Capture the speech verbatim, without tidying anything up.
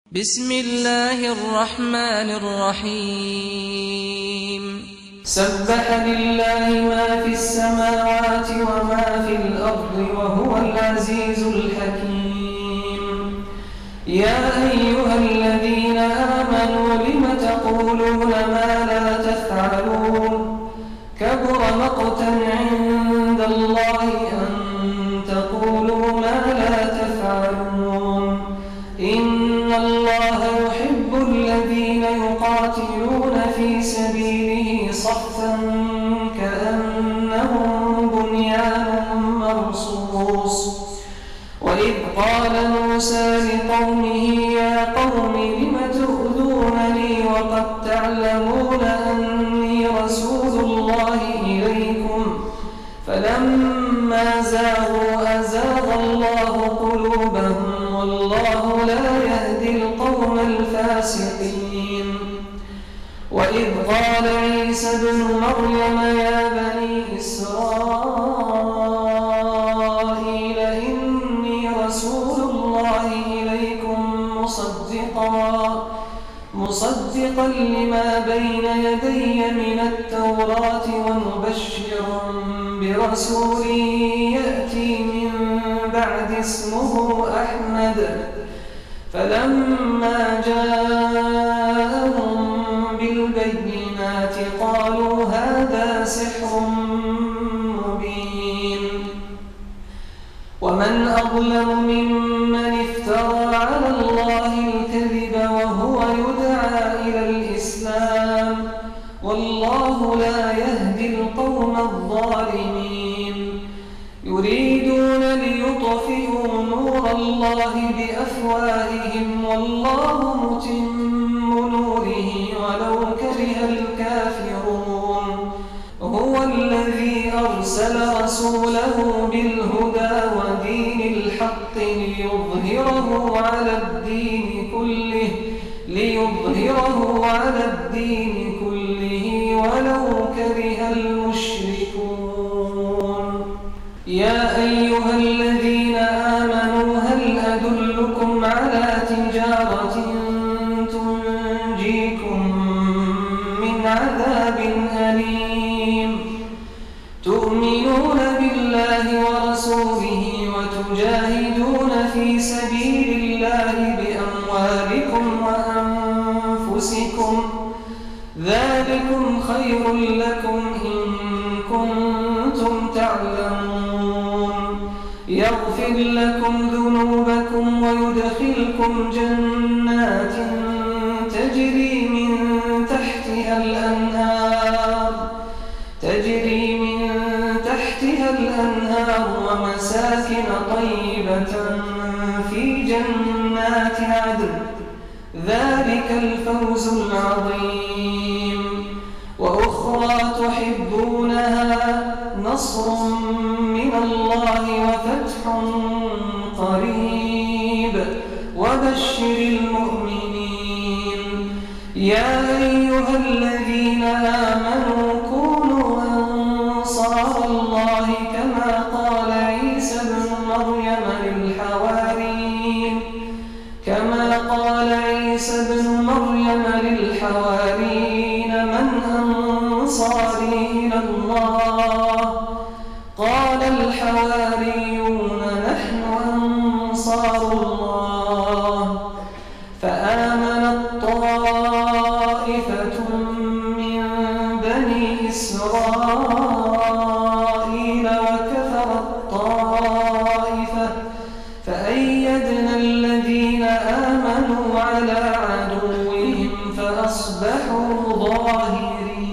بسم الله الرحمن الرحيم سبح لله ما في السماوات وما في الأرض وهو العزيز الحكيم. يا أيها الذين آمنوا لم تقولون ما لا تفعلون كبر مقتا عند الله أن تقولوا ما لا تفعلون. إن الله يحب الذين يقاتلون في سبيله صفا كأنهم بنيان مرصوص. وإذ قال موسى لقومه يا قوم لم تؤذونني وقد تعلمون أني رسول الله إليكم فلما زاغوا أزاغ الله قلوبهم والله لا يهدي القوم الفاسقين. وإذ قال عيسى ابن مريم يا بني إسرائيل إني رسول الله إليكم مصدقا مصدقا لما بين يدي من التوراة ومبشرا برسول يأتي من بعد اسمه أحمد. فلما جاءهم بالبينات قالوا هذا سحر مبين. ومن أظلم ممن افترى على الله الكذب وهو يدعى إلى الإسلام والله لا يهدي القوم الظالمين. يريدون ليطفئوا نور الله بأفواههم والله متم نوره ولو كره الكافرون. هو الذي أرسل رسوله بالهدى ودين الحق ليظهره على الدين كله ليظهره على الدين كله ولو كره المشركون. يا أيها الذين آمنوا هل أدلكم على تجارة تنجيكم من عذاب أليم تؤمنون بالله ورسوله وتجاهدون في سبيل الله بأموالكم وأنفسكم ذلكم خير لكم إن كنتم تعلمون. يغفر لكم ذنوبكم ويدخلكم جنات تجري من تحتها الأنهار تجري من تحتها الأنهار ومساكن طيبة في جنات عدن ذلك الفوز العظيم. وأخرى تحبونها نصر من الله وفتح قريب وبشر المؤمنين. يا أيها الذين آمنوا كونوا أنصار الله كما قال عيسى ابن مريم للحواريين كما قال عيسى ابن مريم للحواريين من أنصاري إلى الله قال الحواريون نحن أنصار الله. فآمنت طائفة من بني إسرائيل وكفرت طائفة فأيدنا الذين آمنوا على عدوهم فأصبحوا ظاهرين.